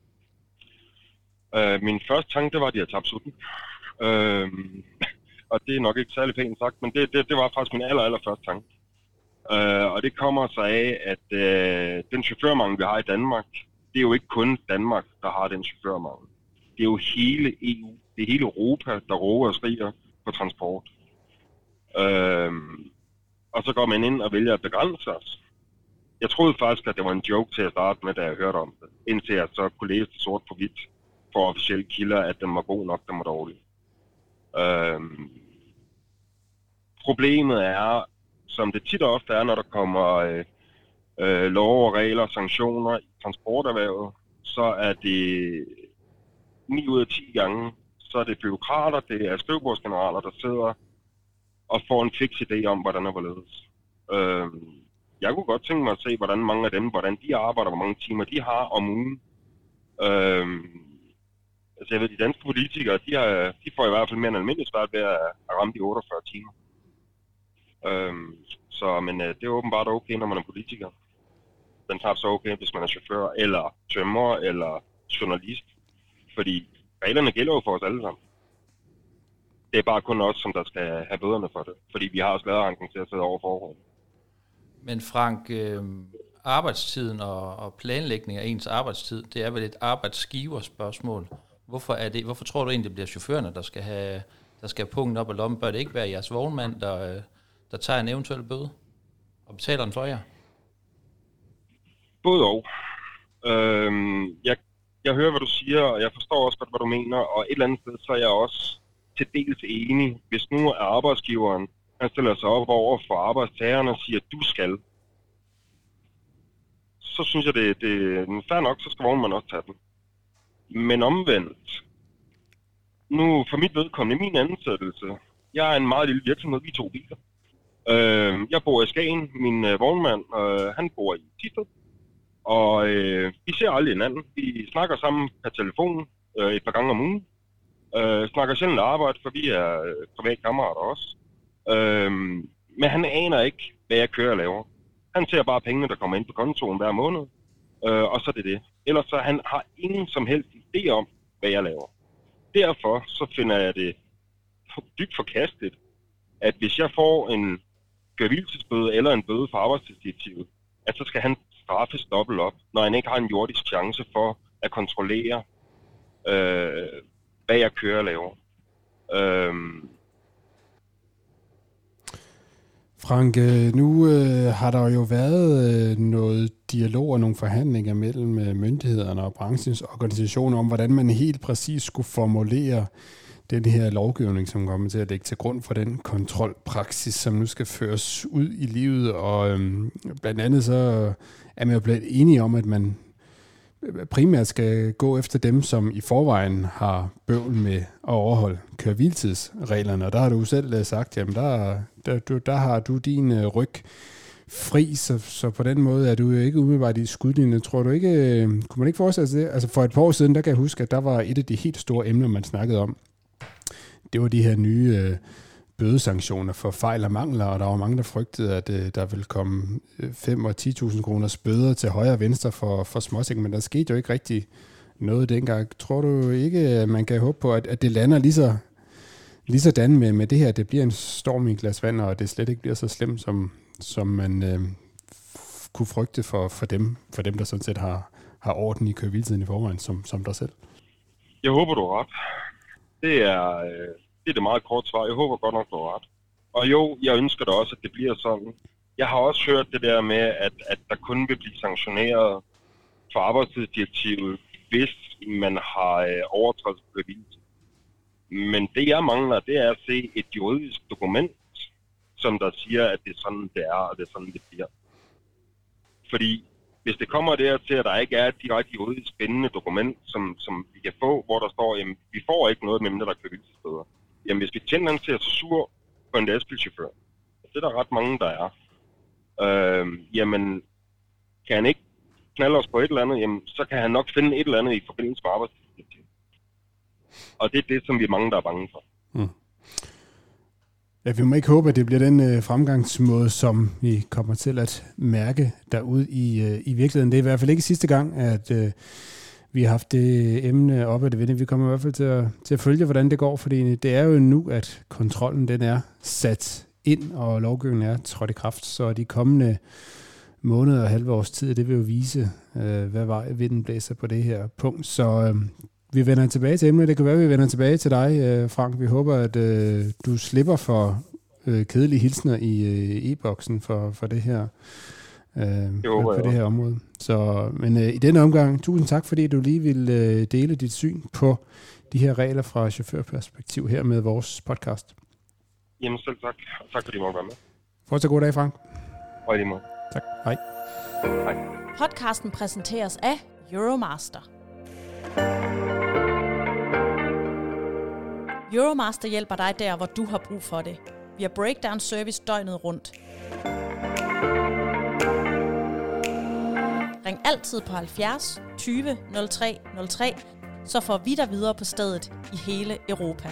Uh, min første tanke, det var, at de havde tabt sutten. Uh, og det er nok ikke særlig pænt sagt, men det, det, det var faktisk min aller, aller første tanke. Uh, og det kommer sig af, at uh, den chaufførmangel, vi har i Danmark, det er jo ikke kun Danmark, der har den chaufførmangel. Det er jo hele E U, det er hele Europa, der råber og skriger på transport. Uh, og så går man ind og vælger at begrænse os. Jeg troede faktisk, at det var en joke til at starte med, da jeg hørte om det, indtil jeg så kunne læse det sort på hvidt for officielle kilder, at den var god nok, den var dårlig. Øhm, problemet er, som det tit og ofte er, når der kommer øh, øh, lov og regler og sanktioner i transporterhvervet, så er det ni ud af ti gange, så er det bureaukrater, det er skrivebordsgeneraler, der sidder og får en fix idé om, hvordan det var ledes. Øhm, jeg kunne godt tænke mig at se, hvordan mange af dem, hvordan de arbejder, hvor mange timer de har om ugen. Øhm, Altså jeg ved, de danske politikere, de, har, de får i hvert fald mere end almindeligt svært ved at, at ramme de otteogfyrre timer. Øhm, så, men øh, det er åbenbart okay, når man er politiker. Den tager så okay, hvis man er chauffør, eller tømrer, eller journalist. Fordi reglerne gælder jo for os alle sammen. Det er bare kun os, som der skal have bøderne for det. Fordi vi har også laderanken til at sidde over forholdene. Men Frank, øh, arbejdstiden og, og planlægning af ens arbejdstid, det er vel et arbejdsgiverspørgsmål. Hvorfor, er det, hvorfor tror du egentlig, det bliver chaufførerne, der skal have, der skal have pungen op og lommen? Bør det ikke være jeres vognmand, der, der tager en eventuel bøde og betaler den for jer? Både og. Øhm, jeg, jeg hører, hvad du siger, og jeg forstår også godt, hvad du mener, og et eller andet sted, så er jeg også til dels enig. Hvis nu er arbejdsgiveren, han stiller sig op over for arbejdstagerne og siger, at du skal, så synes jeg, det, det er fair nok, så skal vognmanden også tage den. Men omvendt, nu for mit vedkommende, min ansættelse, jeg er en meget lille virksomhed, vi to biler. Øh, jeg bor i Skagen, min øh, vognmand, øh, han bor i Thisted, og øh, vi ser aldrig hinanden. Vi snakker sammen per telefon øh, et par gange om ugen. Øh, snakker sjældent arbejde, for vi er øh, private kammerater også. Øh, men han aner ikke, hvad jeg kører og laver. Han ser bare pengene, der kommer ind på kontoen hver måned, øh, og så er det det. Ellers så han har ingen som helst idé om, hvad jeg laver. Derfor så finder jeg det dybt forkasteligt, at hvis jeg får en køre-hviletidsbøde eller en bøde for arbejdstidsdirektivet, at så skal han straffes dobbelt op, når han ikke har en jordisk chance for at kontrollere, øh, hvad jeg kører og laver. Øh, Frank, nu øh, har der jo været øh, noget dialog og nogle forhandlinger mellem øh, myndighederne og branchens organisationer om, hvordan man helt præcis skulle formulere den her lovgivning, som kommer til at lægge til grund for den kontrolpraksis, som nu skal føres ud i livet. Og øhm, blandt andet så er man jo blevet enige om, at man primært skal gå efter dem, som i forvejen har bøvl med at overholde køre-hviletidsreglerne. Og der har du selv sagt, jamen der, der, der, der har du din ryg fri, så, så på den måde er du ikke umiddelbart i skudlinjen. Tror du ikke, kunne man ikke forestille sig det? Altså for et par år siden, der kan jeg huske, at der var et af de helt store emner, man snakkede om. Det var de her nye øh, bødesanktioner for fejl og mangler, og der var mange, der frygtede, at øh, der ville komme fem og ti tusind kroners bøder til højre og venstre for, for småting, men der skete jo ikke rigtig noget dengang. Tror du ikke, at man kan håbe på, at, at det lander lige så lige sådan med, med det her, at det bliver en storm i et glas vand, og det slet ikke bliver så slemt, som, som man øh, f- kunne frygte for, for, dem, for dem, der sådan set har, har orden i køre-hviletiden i forvejen, som, som dig selv? Jeg håber, du har ret. Det er, øh, det er det meget kort svar. Jeg håber godt nok, du har ret. Og jo, jeg ønsker da også, at det bliver sådan. Jeg har også hørt det der med, at, at der kun vil blive sanktioneret for arbejdstidsdirektivet, hvis man har øh, overtrådt køre-hviletid. Men det, jeg mangler, det er at se et juridisk dokument, som der siger, at det er sådan, det er, og det er sådan, det bliver. Fordi hvis det kommer der til, at der ikke er et direkte juridisk spændende dokument, som, som vi kan få, hvor der står, jamen, vi får ikke noget, medmindre der kører hviletidsbøder. Jamen, hvis vi tjener den til at så sur på en lastbilchauffør, det er der ret mange, der er, øh, jamen, kan han ikke knalde os på et eller andet, jamen, så kan han nok finde et eller andet i forbindelse med arbejdstidsdirektivet. Og det er det, som vi er mange, der er bange for. Mm. Ja, vi må ikke håbe, at det bliver den øh, fremgangsmåde, som vi kommer til at mærke derude i, øh, i virkeligheden. Det er i hvert fald ikke sidste gang, at øh, vi har haft det emne op af det vinde. Vi kommer i hvert fald til at, til at følge, hvordan det går, fordi det er jo nu, at kontrollen den er sat ind, og lovgivningen er trådt i kraft. Så de kommende måneder og halve års tid, det vil jo vise, øh, hvad vej vinden blæser på det her punkt. Så øh, vi vender tilbage til emnet. Det kan være, at vi vender tilbage til dig, Frank. Vi håber, at øh, du slipper for øh, kedelige hilsner i øh, e-boksen for, for det her, øh, for, for det her område. Så, men øh, i denne omgang, tusind tak, fordi du lige vil øh, dele dit syn på de her regler fra chaufførperspektiv her med vores podcast. Jamen selv tak. Tak fordi I måtte være med. Fortsat god dag, Frank. Og i lige måde. Tak. Hej. Hej. Podcasten præsenteres af Euromaster. Euromaster hjælper dig der, hvor du har brug for det. Vi har breakdown service døgnet rundt. Ring altid på halvfjerds tyve nul tre nul tre, så får vi dig videre på stedet i hele Europa.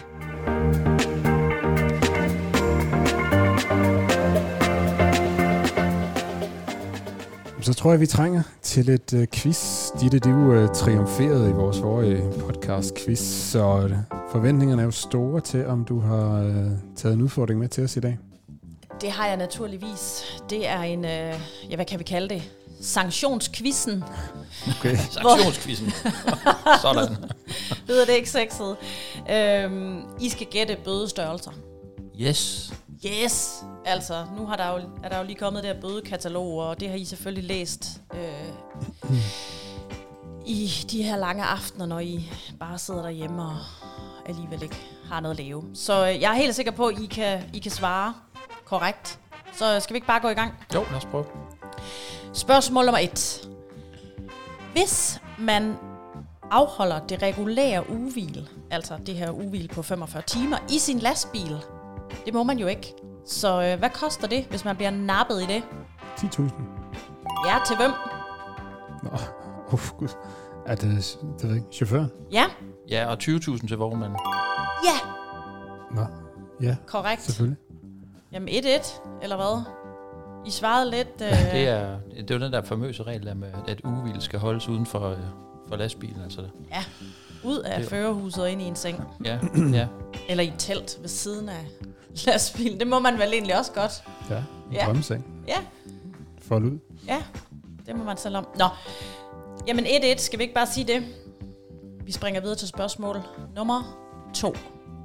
Så tror jeg, vi trænger til et uh, quiz. Ditte, du uh, triumferede i vores forrige podcast-quiz, så uh, forventningerne er jo store til, om du har uh, taget en udfordring med til os i dag. Det har jeg naturligvis. Det er en, uh, ja, hvad kan vi kalde det? Sanktionsquizzen. Okay. Sanktionsquizzen. Sådan. Lyder det ikke sexet? Øhm, I skal gætte bødestørrelser. Yes. Yes! Altså, nu har der jo, er der jo lige kommet der bødekatalog, og det har I selvfølgelig læst øh, i de her lange aftener, når I bare sidder derhjemme og alligevel ikke har noget at lave. Så øh, jeg er helt sikker på, at I kan, I kan svare korrekt. Så skal vi ikke bare gå i gang? Jo, lad os prøve. Spørgsmål nummer et. Hvis man afholder det regulære ugehvil, altså det her ugehvil på femogfyrre timer, i sin lastbil, det må man jo ikke. Så øh, hvad koster det, hvis man bliver nappet i det? ti tusind. Ja, til hvem? Nå, oh, gud. Er det, det ved ikke, chaufføren? Ja. Ja, og tyve tusind til vognmanden. Ja. Nå, ja. Korrekt. Selvfølgelig. Jamen et et, eller hvad? I svarede lidt... Øh... Det er det er jo den der famøse regel der med, at ugehvil skal holdes uden for, øh, for lastbilen. Altså. Ja, ud af det... førerhuset og ind i en seng. Ja, ja. Eller i et telt ved siden af lastbilen. Det må man vel egentlig også godt. Ja, en ja. drømmeseng. Ja. Fold ud. Ja, det må man selv om. Nå, jamen et et, skal vi ikke bare sige det? Vi springer videre til spørgsmål nummer to.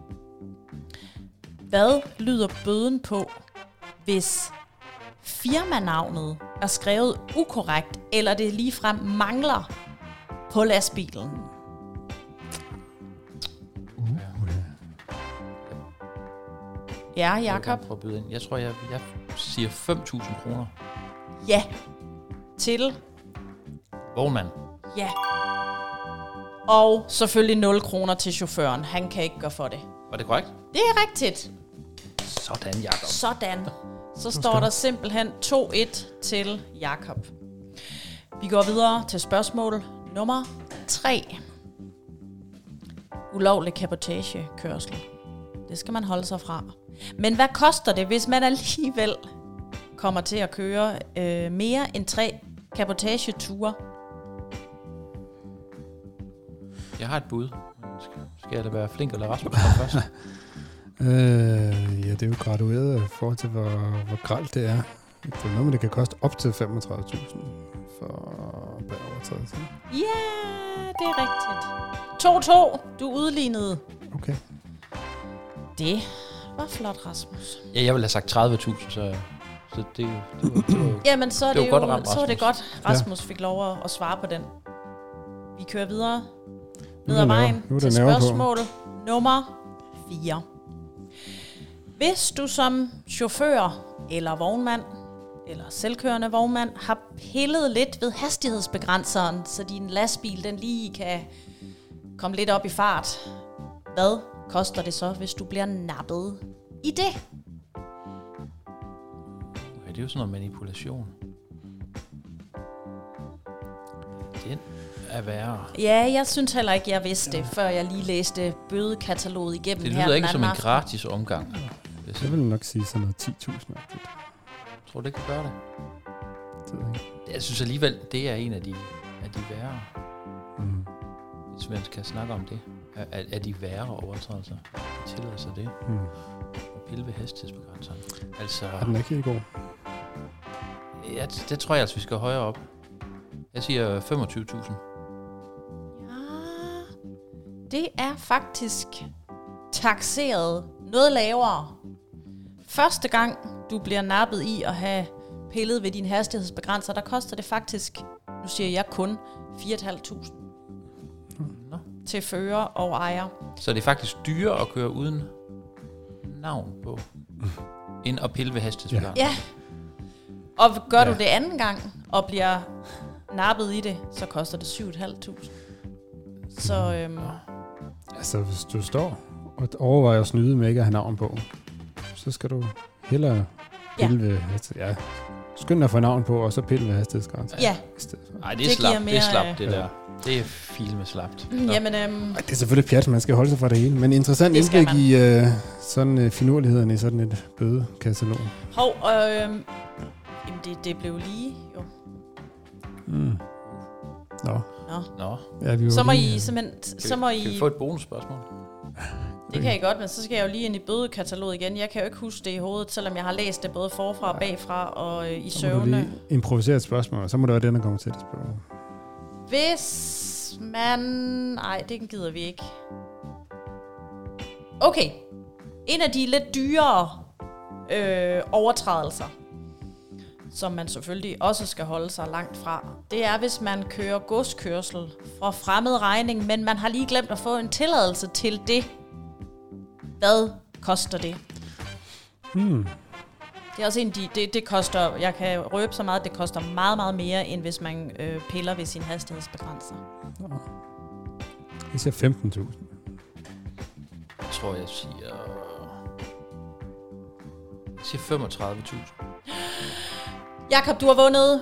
Hvad lyder bøden på, hvis firmanavnet er skrevet ukorrekt, eller det ligefrem mangler på lastbilen? Uh, Ja, Jeg Jakob. vil byde ind. Jeg tror, jeg, jeg siger fem tusind kroner. Ja. Til? Vognmand. Ja. Og selvfølgelig nul kroner til chaufføren. Han kan ikke gøre for det. Var det korrekt? Det er rigtigt. Sådan, Jakob. Sådan. Så står der simpelthen to et til Jakob. Vi går videre til spørgsmål nummer tre. Ulovlig cabotagekørsel. Det skal man holde sig fra. Men hvad koster det, hvis man alligevel kommer til at køre øh, mere end tre cabotageture? Jeg har et bud. Skal jeg da være flink eller Rasmus først? Øh, ja, det er jo gradueret i forhold til, hvor, hvor grelt det er. Det er noget, det kan koste op til femogtredive tusind for per overtrædelse. Ja, det er rigtigt. to to. Du udlignede. Okay. Det var flot, Rasmus. Ja, jeg ville have sagt tredive tusind, så, så det, det, var, det var jo... Jamen, så er Det det, var det godt jo ramt, så er det Rasmus. godt, Rasmus fik lov at, at svare på den. Vi kører videre Nu ned er ad der vejen nerver- nu er til der nerver på. spørgsmål nummer fire. Hvis du som chauffør eller vognmand eller selvkørende vognmand har pillet lidt ved hastighedsbegrænseren, så din lastbil den lige kan komme lidt op i fart, hvad koster det så, hvis du bliver nappet i det? Ja, det er jo sådan noget manipulation. Den er værre. Ja, jeg synes heller ikke, jeg vidste det, før jeg lige læste bødekataloget igennem Det her lyder den ikke som anden en aften. gratis omgang. Hvis Jeg vil nok sige sådan noget ti tusind. tror du, det kan gøre det? Det ved jeg ikke. Jeg synes alligevel, det er en af de, af de værre. Mm. Hvis man skal snakke om det. Er, er, er de værre overtrædelser? De tillader sig det. Mm. Og pille ved hastighedsbegrænseren. Altså, Er den ikke helt god? ja, det, det tror jeg altså, vi skal højere op. Jeg siger femogtyve tusind. Ja, det er faktisk takseret noget lavere. Første gang, du bliver nappet i at have pillet ved din hastighedsbegrænser, der koster det faktisk, nu siger jeg kun, fire tusind fem hundrede Nå. til fører og ejer. Så det er faktisk dyrere at køre uden navn på, end at pille ved hastighedsbegrænseren. Ja, og gør Ja. du det anden gang og bliver nappet i det, så koster det syv tusind fem hundrede. Så øhm, Altså, hvis du står og overvejer at snyde med ikke at have navn på, så skal du hellere Ja. pille ved hastighed. Ja. Skynd dig at få navn på, og så pille ved hastighedsgrænsen. ja, I stedet for. Nej, det er Det giver slapt, det er mere, slapt, det øh, der. Det er fil med slapt. mm, jamen øhm, Ej, det er selvfølgelig pjat, man skal holde sig fra det hele. Men interessant Det skal indblik i uh, sådan uh, finurlighederne i sådan et bødekatalog. hov, og øhm, jamen det, det blev lige, jo. Mm. Nå. Nå. Nå, Ja, vi var Så må lige, I øh, simpelthen, kan, så må vi, kan vi I, få et bonusspørgsmål? det kan I godt, men så skal jeg jo lige ind i bødekataloget igen. Jeg kan jo ikke huske det i hovedet, selvom jeg har læst det både forfra og bagfra og øh, i Så må du søvne. lige improvisere et spørgsmål, og så må det være den, der kommer til det spørgsmål. Hvis man... Nej, det gider vi ikke. Okay. En af de lidt dyrere øh, overtrædelser, som man selvfølgelig også skal holde sig langt fra, det er, hvis man kører godskørsel fra fremmed regning, men man har lige glemt at få en tilladelse til det. Hvad koster det? Hmm. Det er også en, de, det, det koster, jeg kan røbe så meget, det koster meget, meget mere, end hvis man øh, piller ved sin hastighedsbegrænser. Nå. Jeg siger femten tusind. Jeg tror, jeg siger... Jeg siger femogtredive tusind. Jakob, du har vundet.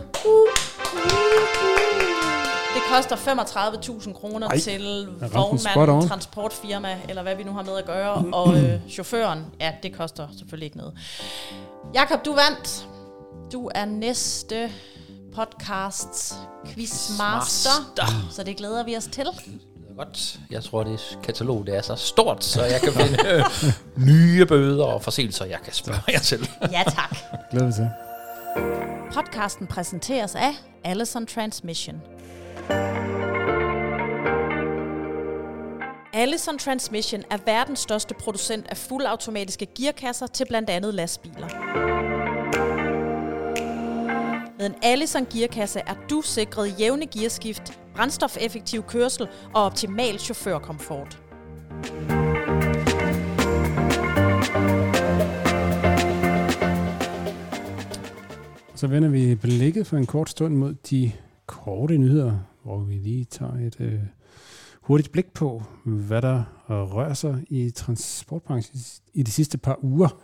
Det koster femogtredive tusind kroner Ej, til jeg ramte den spot on. vognmand, transportfirma, eller hvad vi nu har med at gøre, og øh, chaufføren, ja, det koster selvfølgelig ikke noget. Jakob, du vandt. Du er næste podcasts quizmaster, Master. så det glæder vi os til. Det er godt. Jeg tror, det katalog det er så stort, så jeg kan finde øh, nye bøder og forseelser, jeg kan spørge jer til. Ja, tak. Glæder vi til. Podcasten præsenteres af Allison Transmission. Allison Transmission er verdens største producent af fuldautomatiske gearkasser til blandt andet lastbiler. Med en Allison gearkasse er du sikret jævne gearskift, brændstofeffektiv kørsel og optimal chaufførkomfort. Så vender vi blikket for en kort stund mod de korte nyheder, hvor vi lige tager et øh, hurtigt blik på, hvad der rører sig i transportbranchen i de sidste par uger.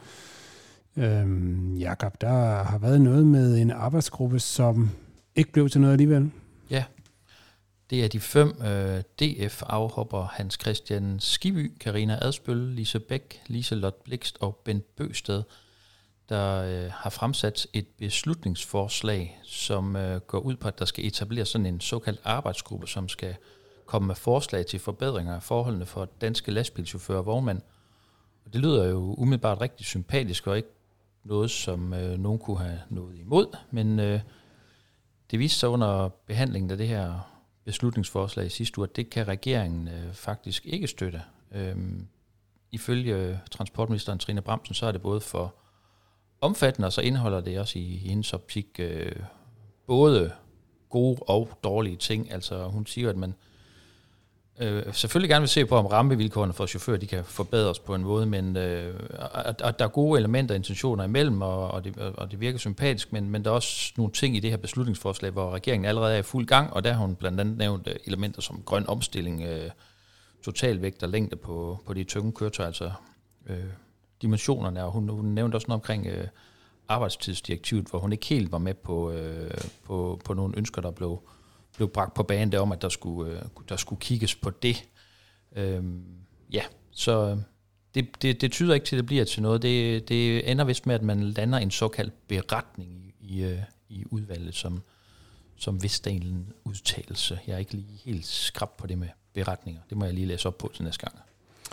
Øhm, Jakob, der har været noget med en arbejdsgruppe, som ikke blev til noget alligevel. Ja, det er de fem øh, D F-afhopper Hans Christian Skibby, Karina Adspøl, Lise Bæk, Liselott Blikst og Bent Bøgsted, der øh, har fremsat et beslutningsforslag, som øh, går ud på, at der skal etableres sådan en såkaldt arbejdsgruppe, som skal komme med forslag til forbedringer af forholdene for danske lastbilchauffører og vognmænd. Og det lyder jo umiddelbart rigtig sympatisk, og ikke noget, som øh, nogen kunne have noget imod, men øh, det viste sig under behandlingen af det her beslutningsforslag i sidste uge, at det kan regeringen øh, faktisk ikke støtte. Øhm, ifølge transportministeren Trine Bramsen, så er det både for omfattende, og så indeholder det også i, i hendes optik øh, både gode og dårlige ting. Altså hun siger, at man øh, selvfølgelig gerne vil se på, om rammevilkårene for chauffører de kan forbedres på en måde, men øh, at, at der er gode elementer og intentioner imellem, og, og, det, og det virker sympatisk, men, men der er også nogle ting i det her beslutningsforslag, hvor regeringen allerede er i fuld gang, og der har hun blandt andet nævnt elementer som grøn omstilling, øh, totalvægt og længde på, på de tunge køretøjer, altså øh, dimensionerne, og hun, hun nævnte også noget omkring øh, arbejdstidsdirektivet, hvor hun ikke helt var med på, øh, på, på nogle ønsker, der blev, blev bragt på banen, der om, at der skulle, øh, der skulle kigges på det. Øhm, ja, så det, det, det tyder ikke til, at det bliver til noget. Det, det ender vist med, at man lander en såkaldt beretning i, i, i udvalget, som, som vist er en udtalelse. Jeg er ikke lige helt skrab på det med beretninger. Det må jeg lige læse op på til næste gang.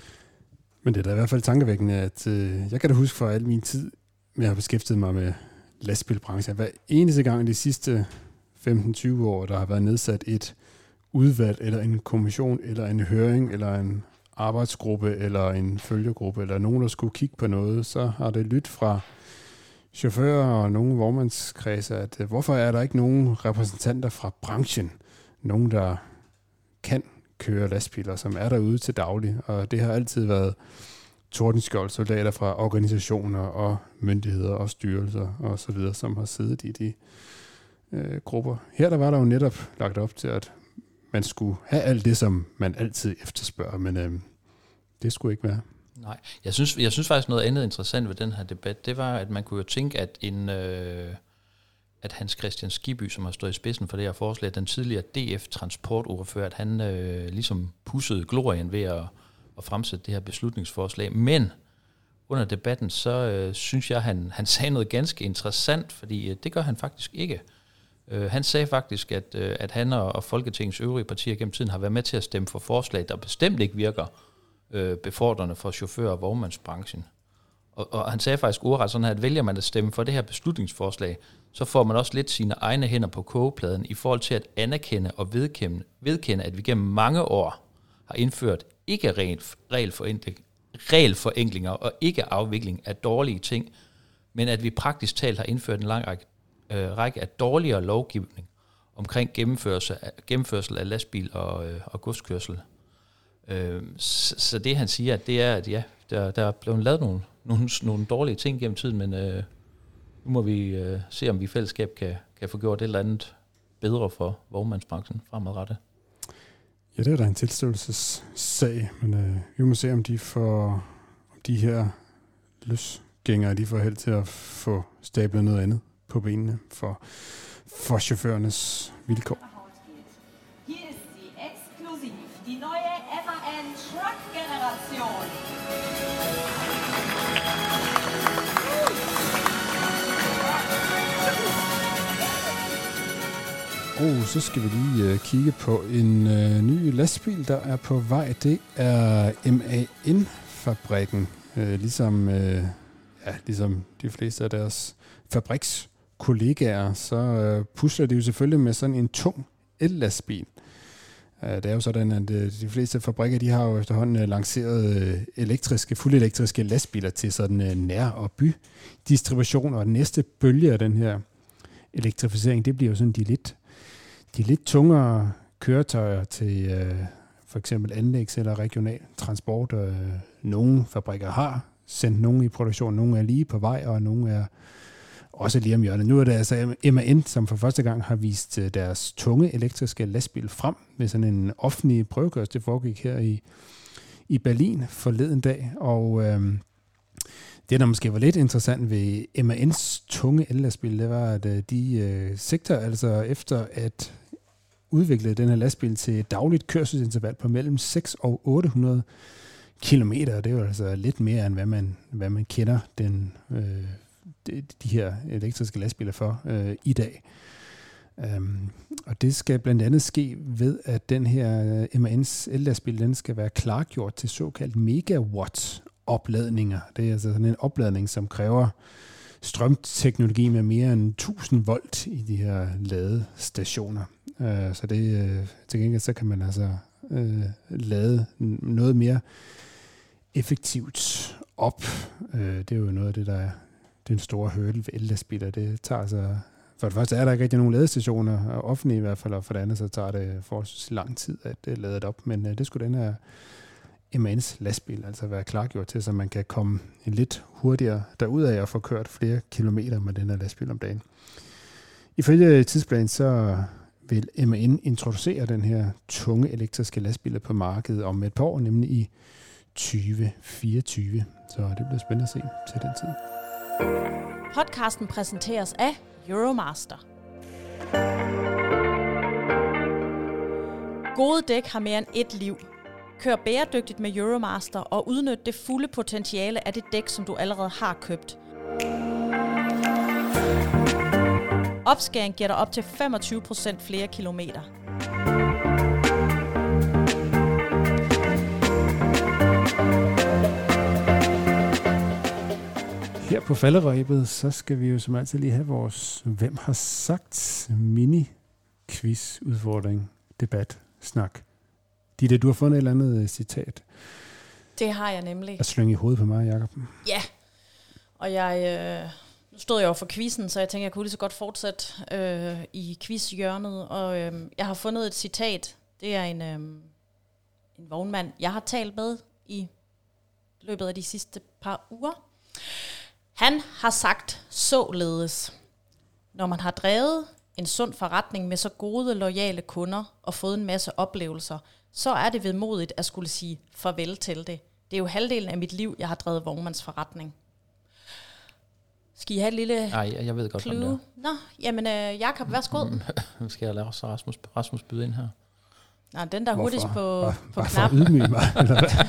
Men det er da i hvert fald tankevækkende, at øh, jeg kan da huske fra al min tid, jeg har beskæftiget mig med lastbilbranchen. Hver eneste gang de sidste femten til tyve år, der har været nedsat et udvalg, eller en kommission, eller en høring, eller en arbejdsgruppe, eller en følgegruppe, eller nogen, der skulle kigge på noget, så har det lyttet fra chauffører og nogle vognmandskredse, at øh, hvorfor er der ikke nogen repræsentanter fra branchen, nogen, der kan køre lastbiler, som er derude til daglig, og det har altid været tordenskjold-soldater fra organisationer og myndigheder og styrelser og så videre, som har siddet i de øh, grupper. Her der var der jo netop lagt op til, at man skulle have alt det, som man altid efterspørger, men øh, det skulle ikke være. Nej, jeg synes, jeg synes faktisk noget andet interessant ved den her debat, det var, at man kunne jo tænke, at en øh, at Hans Christian Skibby, som har stået i spidsen for det her forslag, den tidligere D F-transportordfører, at han øh, ligesom pudsede glorien ved at, at fremsætte det her beslutningsforslag. Men under debatten, så øh, synes jeg, han, han sagde noget ganske interessant, fordi øh, det gør han faktisk ikke. Øh, han sagde faktisk, at, øh, at han og, og Folketingets øvrige partier gennem tiden har været med til at stemme for forslag, der bestemt ikke virker øh, befordrende for chauffører og vognmandsbranchen. Og, og han sagde faktisk ordret sådan her, at vælger man at stemme for det her beslutningsforslag, så får man også lidt sine egne hænder på kogepladen i forhold til at anerkende og vedkende, vedkende at vi gennem mange år har indført ikke regelforenkling, regelforenklinger og ikke afvikling af dårlige ting, men at vi praktisk talt har indført en lang række, øh, række af dårligere lovgivning omkring gennemførsel af, gennemførsel af lastbil og, øh, og godskørsel. Øh, så, så det han siger, at det er, at ja, der, der er blevet lavet nogle, nogle, nogle dårlige ting gennem tiden, men øh, nu må vi øh, se, om vi i fællesskab kan, kan få gjort et eller andet bedre for vognmandsbranchen fremadrettet. Ja, det er da en tilståelsessag, men øh, vi må se, om de får, om de her løsgængere, de får held til at få stablet noget andet på benene for, for chaufførernes vilkår. Hier ist sie exklusiv, die neue M A N Truck Generation. Og så skal vi lige uh, kigge på en uh, ny lastbil, der er på vej. Det er M A N-fabrikken. Uh, ligesom, uh, ja, ligesom de fleste af deres fabrikskollegaer, så uh, pusler de jo selvfølgelig med sådan en tung el-lastbil. Uh, det er jo sådan, at uh, de fleste fabrikker, de har jo efterhånden uh, lanceret uh, elektriske, fuldelektriske lastbiler til sådan uh, nær- og bydistribution. Og den næste bølge af den her elektrificering, det bliver jo sådan de lidt De lidt tungere køretøjer til øh, for eksempel anlægs- eller regional transport. Øh, nogle fabrikker har sendt nogle i produktion, nogle er lige på vej, og nogle er også lige om hjørnet. Nu er det altså M A N, som for første gang har vist deres tunge elektriske lastbil frem med sådan en offentlig prøvekørsel. Det foregik her i, i Berlin forleden dag, og øhm, det, der måske var lidt interessant ved M A N's tunge ellastbil, det var, at de øh, sigter altså efter at udvikle den her lastbil til et dagligt kørselsinterval på mellem seks og otte hundrede kilometer. Det er jo altså lidt mere, end hvad man, hvad man kender den, øh, de, de her elektriske lastbiler for øh, i dag. Um, og det skal blandt andet ske ved, at den her M A N's ellastbil, den skal være klargjort til såkaldt megawatt opladninger. Det er altså sådan en opladning, som kræver strømteknologi med mere end tusind volt i de her ladestationer. Uh, så det uh, til gengæld så kan man altså uh, lade noget mere effektivt op. Uh, det er jo noget af det, der er den store hurdle ved ellastbiler. Det tager altså, for det første er der ikke rigtig nogen ladestationer, offentlige i hvert fald, og for det andet så tager det forholdsvis lang tid at uh, lade det op. Men uh, det skulle den her M A N's lastbil altså være klargjort til, så man kan komme lidt hurtigere derudad og få kørt flere kilometer med den her lastbil om dagen. Ifølge tidsplanen så vil M A N introducere den her tunge elektriske lastbiler på markedet om et par år, nemlig i tyve fireogtyve. Så det bliver spændende at se til den tid. Podcasten præsenteres af Euromaster. Gode dæk har mere end ét liv. Kør bæredygtigt med Euromaster og udnyt det fulde potentiale af det dæk, som du allerede har købt. Opskæring giver dig op til femogtyve procent flere kilometer. Her på falderæbet, så skal vi jo som altid lige have vores Hvem har sagt mini-quiz, udfordring, debat, snak. Ditte, du har fundet et eller andet citat. Det har jeg nemlig. At slynge i hovedet på mig, Jacob. Ja, og jeg, øh, nu stod jeg jo for quizzen, så jeg tænkte, jeg kunne lige så godt fortsætte øh, i quizhjørnet. Og øh, jeg har fundet et citat. Det er en, øh, en vognmand, jeg har talt med i løbet af de sidste par uger. Han har sagt således: når man har drevet en sund forretning med så gode, loyale kunder og fået en masse oplevelser, så er det vemodigt at skulle sige farvel til det. Det er jo halvdelen af mit liv, jeg har drevet vognmandsforretning. Skal I have et lille Nej, jeg ved godt, clue? hvad det Nå, jamen øh, Jakob, værsgo. er. Skal jeg lade os Rasmus, Rasmus byde ind her? Nå, den der hurtigst på, Bare, på bare knap. for at ydmyge mig, eller hvad?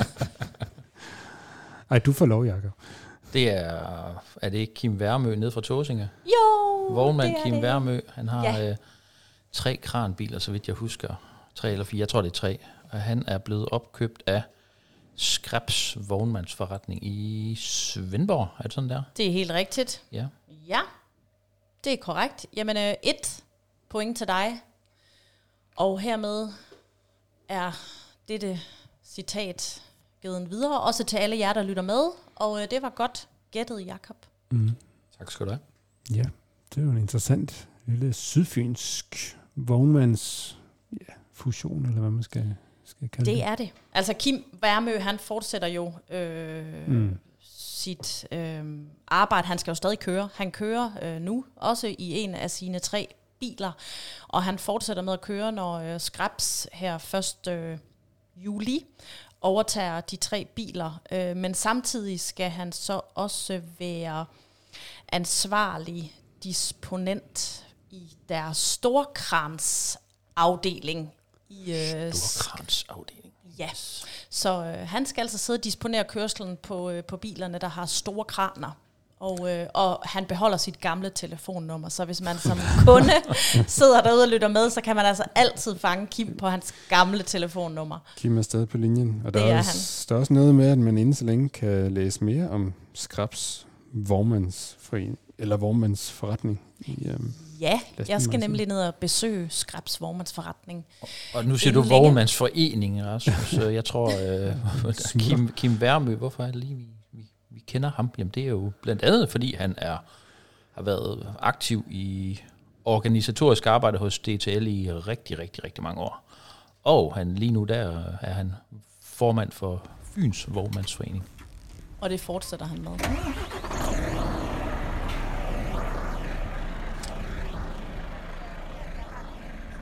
Ej, du får lov, Jacob. Det er, er det ikke Kim Værmø nede fra Tåsinge? Jo, Vognmand det er Kim det. Værmø, han har Ja. øh, tre kranbiler, så vidt jeg husker. Tre eller fire, jeg tror det er tre. Og han er blevet opkøbt af Skrabs vognmandsforretning i Svendborg. Er det sådan der? Det er helt rigtigt. Ja. Ja, det er korrekt. Jamen, øh, et point til dig. Og hermed er dette citat givet videre, også til alle jer, der lytter med. Og øh, det var godt gættet, Jakob. Mm. Tak skal du have. Ja, det er jo en interessant lille sydfynsk vognmands ja, fusion, eller hvad man skal, skal kalde det. Det er det. Altså Kim Værmø, han fortsætter jo øh, mm. sit øh, arbejde. Han skal jo stadig køre. Han kører øh, nu også i en af sine tre biler, og han fortsætter med at køre, når øh, Skrabs her første juli overtager de tre biler. Øh, men samtidig skal han så også være ansvarlig disponent i deres storkransafdeling. I, øh, Storkransafdeling. Ja, så øh, han skal altså sidde og disponere kørslen på, øh, på bilerne, der har store kraner. Og, øh, og han beholder sit gamle telefonnummer, så hvis man som kunde sidder derude og lytter med, så kan man altså altid fange Kim på hans gamle telefonnummer. Kim er stadig på linjen, og der Det er, er også, der er også noget med, at man inden så længe kan læse mere om Skrabs vognmandsforening, eller vognmandsforretning. I, um, Ja, jeg skal nemlig ned og besøge Skrabs vognmandsforretning. Og, og nu siger du Inden længe. vognmandsforening, Rasmus. Så jeg tror, øh, Kim, Kim Værmø, hvorfor er det lige, vi, vi, vi kender ham? Jamen det er jo blandt andet, fordi han er har været aktiv i organisatorisk arbejde hos D T L i rigtig, rigtig, rigtig mange år. Og han lige nu der er han formand for Fyns Vognmandsforening. Og det fortsætter han med.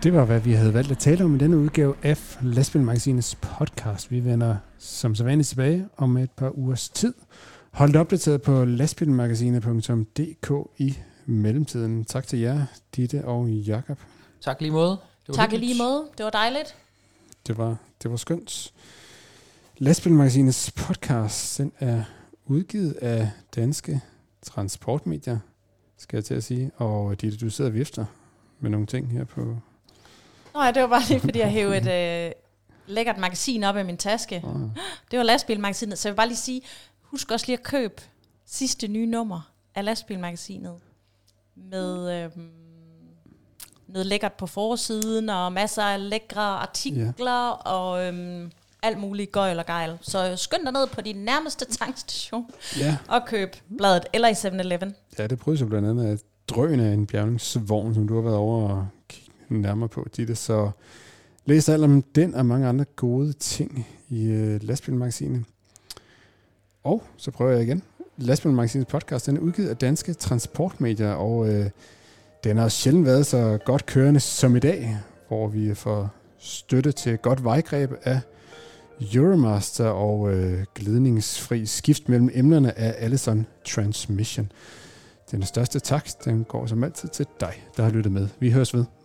Det var, hvad vi havde valgt at tale om i denne udgave af Lastbilmagasinets podcast. Vi vender som så vanligt tilbage om et par ugers tid. Hold det opdateret på lastbilmagasinet punktum d k i mellemtiden. Tak til jer, Ditte og Jakob. Tak lige måde. Tak i lige måde. Det var dejligt. Det var, det var skønt. Lastbilmagasinets podcast, den er udgivet af Danske Transportmedier, skal jeg til at sige. Og Ditte, du sidder og vifter med nogle ting her på... Nå ja, det var bare lige, fordi jeg hævde et øh, lækkert magasin op i min taske. Oh. Det var Lastbilmagasinet, så jeg vil bare lige sige, husk også lige at købe sidste nye nummer af Lastbilmagasinet med øh, noget lækkert på forsiden, og masser af lækre artikler, yeah. og øh, alt muligt gøjl og gejl. Så skynd dig ned på din nærmeste tankstation yeah. og køb bladet, eller i seven eleven. Ja, det prøver så blandt andet at drøn af en bjergningsvogn, som du har været over og nærmere på, Ditte. Så læs alt om den og mange andre gode ting i uh, Lastbilmagasinet. Og så prøver jeg igen. Lastbilmagasinets podcast, den er udgivet af Danske Transportmedier, og uh, den har sjældent været så godt kørende som i dag, hvor vi får støtte til godt vejgreb af Euromaster og uh, glidningsfri skift mellem emnerne af Allison Transmission. Den største tak, den går som altid til dig, der har lyttet med. Vi høres ved.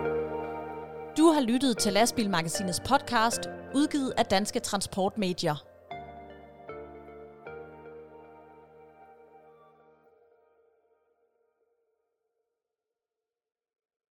Du har lyttet til Lastbilmagasinets podcast, udgivet af Danske Transportmedier.